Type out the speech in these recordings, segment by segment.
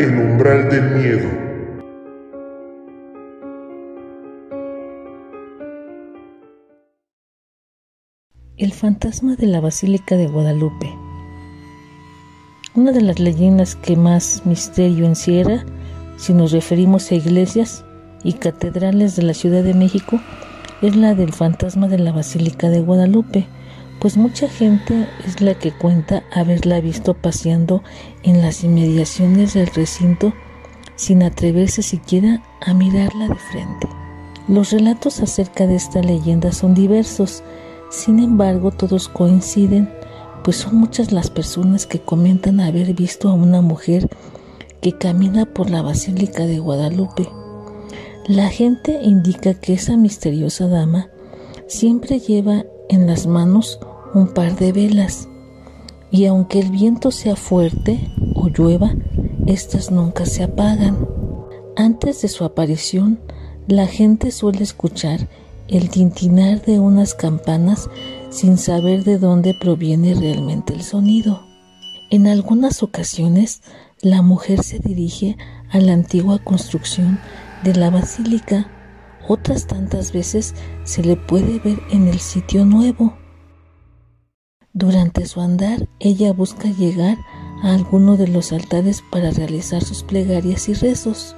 el umbral del miedo. El fantasma de la Basílica de Guadalupe. Una de las leyendas que más misterio encierra, si nos referimos a iglesias y catedrales de la Ciudad de México, es la del fantasma de la Basílica de Guadalupe, pues mucha gente es la que cuenta haberla visto paseando en las inmediaciones del recinto sin atreverse siquiera a mirarla de frente. Los relatos acerca de esta leyenda son diversos. Sin embargo, todos coinciden, pues son muchas las personas que comentan haber visto a una mujer que camina por la Basílica de Guadalupe. La gente indica que esa misteriosa dama siempre lleva en las manos un par de velas, y aunque el viento sea fuerte o llueva, estas nunca se apagan. Antes de su aparición, la gente suele escuchar el tintinar de unas campanas sin saber de dónde proviene realmente el sonido. En algunas ocasiones, la mujer se dirige a la antigua construcción de la basílica. Otras tantas veces se le puede ver en el sitio nuevo. Durante su andar, ella busca llegar a alguno de los altares para realizar sus plegarias y rezos.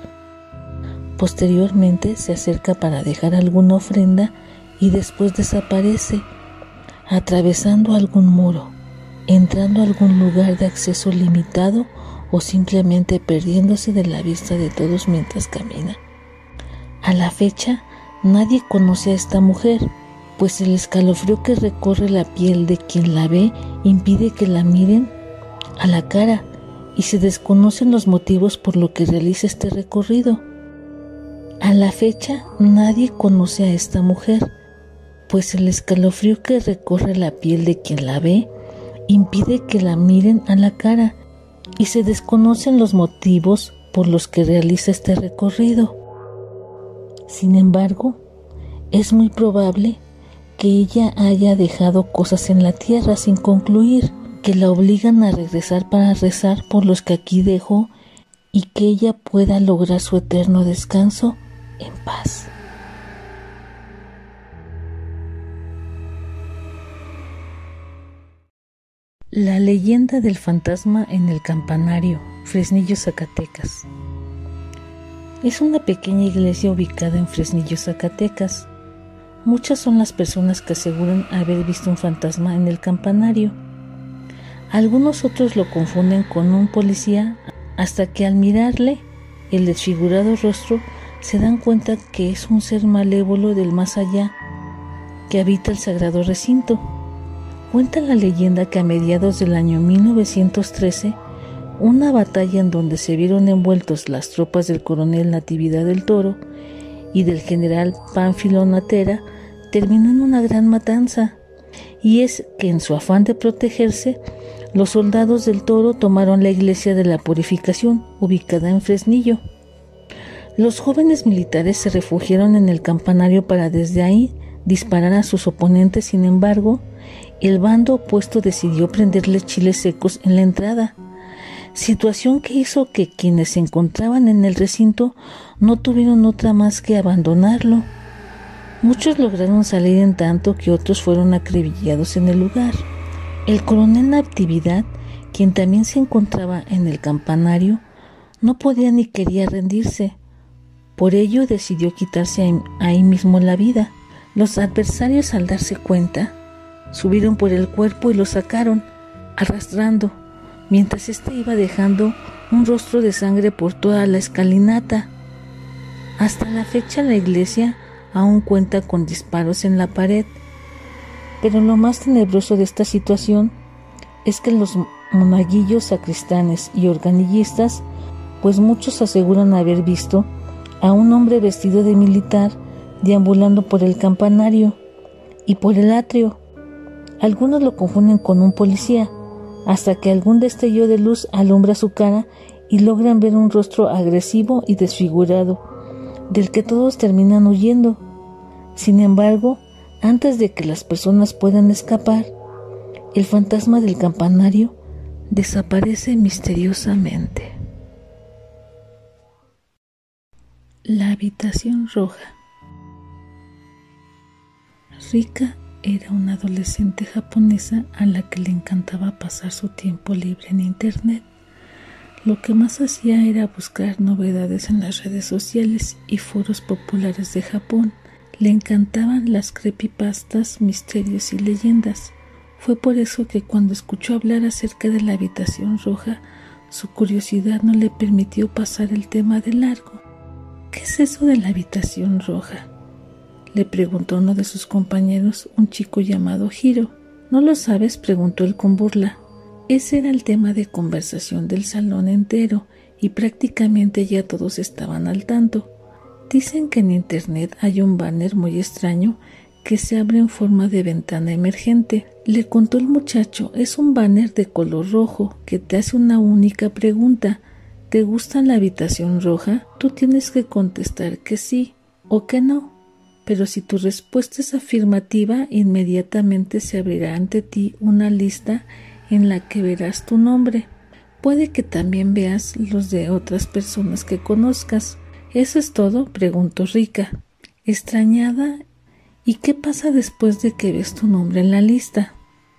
Posteriormente se acerca para dejar alguna ofrenda y después desaparece, atravesando algún muro, entrando a algún lugar de acceso limitado o simplemente perdiéndose de la vista de todos mientras camina. A la fecha, nadie conoce a esta mujer, pues el escalofrío que recorre la piel de quien la ve impide que la miren a la cara y se desconocen los motivos por los que realiza este recorrido. A la fecha, nadie conoce a esta mujer, pues el escalofrío que recorre la piel de quien la ve impide que la miren a la cara y se desconocen los motivos por los que realiza este recorrido. Sin embargo, es muy probable que ella haya dejado cosas en la tierra sin concluir, que la obligan a regresar para rezar por los que aquí dejó y que ella pueda lograr su eterno descanso en paz. La leyenda del fantasma en el campanario, Fresnillo, Zacatecas. Es una pequeña iglesia ubicada en Fresnillo, Zacatecas. Muchas son las personas que aseguran haber visto un fantasma en el campanario. Algunos otros lo confunden con un policía, hasta que al mirarle el desfigurado rostro se dan cuenta que es un ser malévolo del más allá que habita el sagrado recinto. Cuenta la leyenda que a mediados del año 1913, una batalla en donde se vieron envueltos las tropas del coronel Natividad del Toro y del general Pánfilo Natera terminó en una gran matanza, y es que en su afán de protegerse, los soldados del Toro tomaron la iglesia de la Purificación, ubicada en Fresnillo. Los jóvenes militares se refugiaron en el campanario para desde ahí disparar a sus oponentes. Sin embargo, el bando opuesto decidió prenderles chiles secos en la entrada, situación que hizo que quienes se encontraban en el recinto no tuvieron otra más que abandonarlo. Muchos lograron salir, en tanto que otros fueron acribillados en el lugar. El coronel Natividad, quien también se encontraba en el campanario, no podía ni quería rendirse. Por ello decidió quitarse ahí mismo la vida. Los adversarios, al darse cuenta, subieron por el cuerpo y lo sacaron, arrastrando, mientras éste iba dejando un rostro de sangre por toda la escalinata. Hasta la fecha la iglesia aún cuenta con disparos en la pared, pero lo más tenebroso de esta situación es que los monaguillos, sacristanes y organillistas, pues muchos aseguran haber visto a un hombre vestido de militar deambulando por el campanario y por el atrio. Algunos lo confunden con un policía, hasta que algún destello de luz alumbra su cara y logran ver un rostro agresivo y desfigurado, del que todos terminan huyendo. Sin embargo, antes de que las personas puedan escapar, el fantasma del campanario desaparece misteriosamente. La habitación roja. Rika era una adolescente japonesa a la que le encantaba pasar su tiempo libre en internet. Lo que más hacía era buscar novedades en las redes sociales y foros populares de Japón. Le encantaban las creepypastas, misterios y leyendas. Fue por eso que cuando escuchó hablar acerca de la habitación roja, su curiosidad no le permitió pasar el tema de largo. ¿Qué es eso de la habitación roja?, le preguntó uno de sus compañeros, un chico llamado Hiro. ¿No lo sabes?, preguntó él con burla. Ese era el tema de conversación del salón entero y prácticamente ya todos estaban al tanto. Dicen que en internet hay un banner muy extraño que se abre en forma de ventana emergente. Le contó el muchacho, es un banner de color rojo que te hace una única pregunta. ¿Te gusta la habitación roja? Tú tienes que contestar que sí o que no. Pero si tu respuesta es afirmativa, inmediatamente se abrirá ante ti una lista en la que verás tu nombre. Puede que también veas los de otras personas que conozcas. ¿Eso es todo?, preguntó Rika, extrañada. ¿Y qué pasa después de que ves tu nombre en la lista?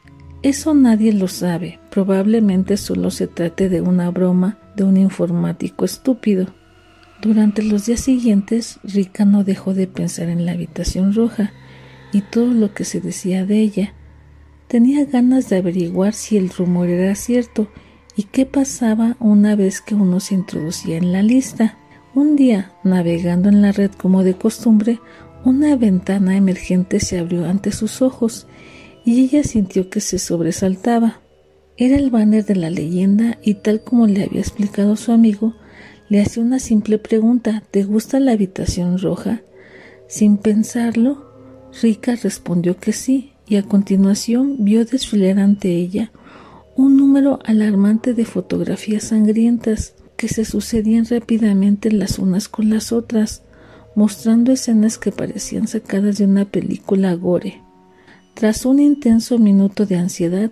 Eso nadie lo sabe. Probablemente solo se trate de una broma de un informático estúpido. Durante los días siguientes, Rika no dejó de pensar en la habitación roja y todo lo que se decía de ella. Tenía ganas de averiguar si el rumor era cierto y qué pasaba una vez que uno se introducía en la lista. Un día, navegando en la red como de costumbre, una ventana emergente se abrió ante sus ojos y ella sintió que se sobresaltaba. Era el banner de la leyenda y, tal como le había explicado su amigo, le hacía una simple pregunta: ¿te gusta la habitación roja? Sin pensarlo, Rika respondió que sí, y a continuación vio desfilar ante ella un número alarmante de fotografías sangrientas que se sucedían rápidamente las unas con las otras, mostrando escenas que parecían sacadas de una película gore. Tras un intenso minuto de ansiedad,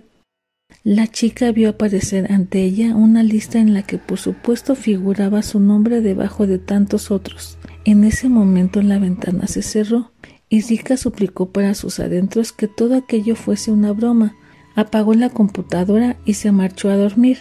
la chica vio aparecer ante ella una lista en la que por supuesto figuraba su nombre debajo de tantos otros. En ese momento la ventana se cerró y Rika suplicó para sus adentros que todo aquello fuese una broma. Apagó la computadora y se marchó a dormir.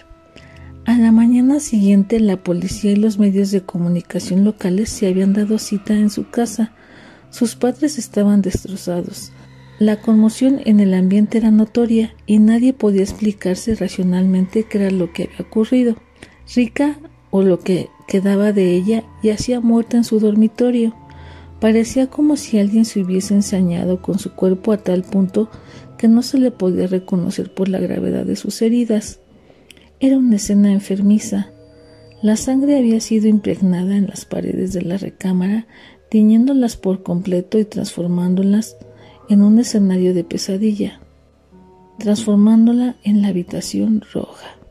A la mañana siguiente, la policía y los medios de comunicación locales se habían dado cita en su casa. Sus padres estaban destrozados. La conmoción en el ambiente era notoria y nadie podía explicarse racionalmente qué era lo que había ocurrido. Rika, o lo que quedaba de ella, yacía muerta en su dormitorio. Parecía como si alguien se hubiese ensañado con su cuerpo a tal punto que no se le podía reconocer por la gravedad de sus heridas. Era una escena enfermiza. La sangre había sido impregnada en las paredes de la recámara, tiñéndolas por completo y transformándolas en un escenario de pesadilla, transformándola en la habitación roja.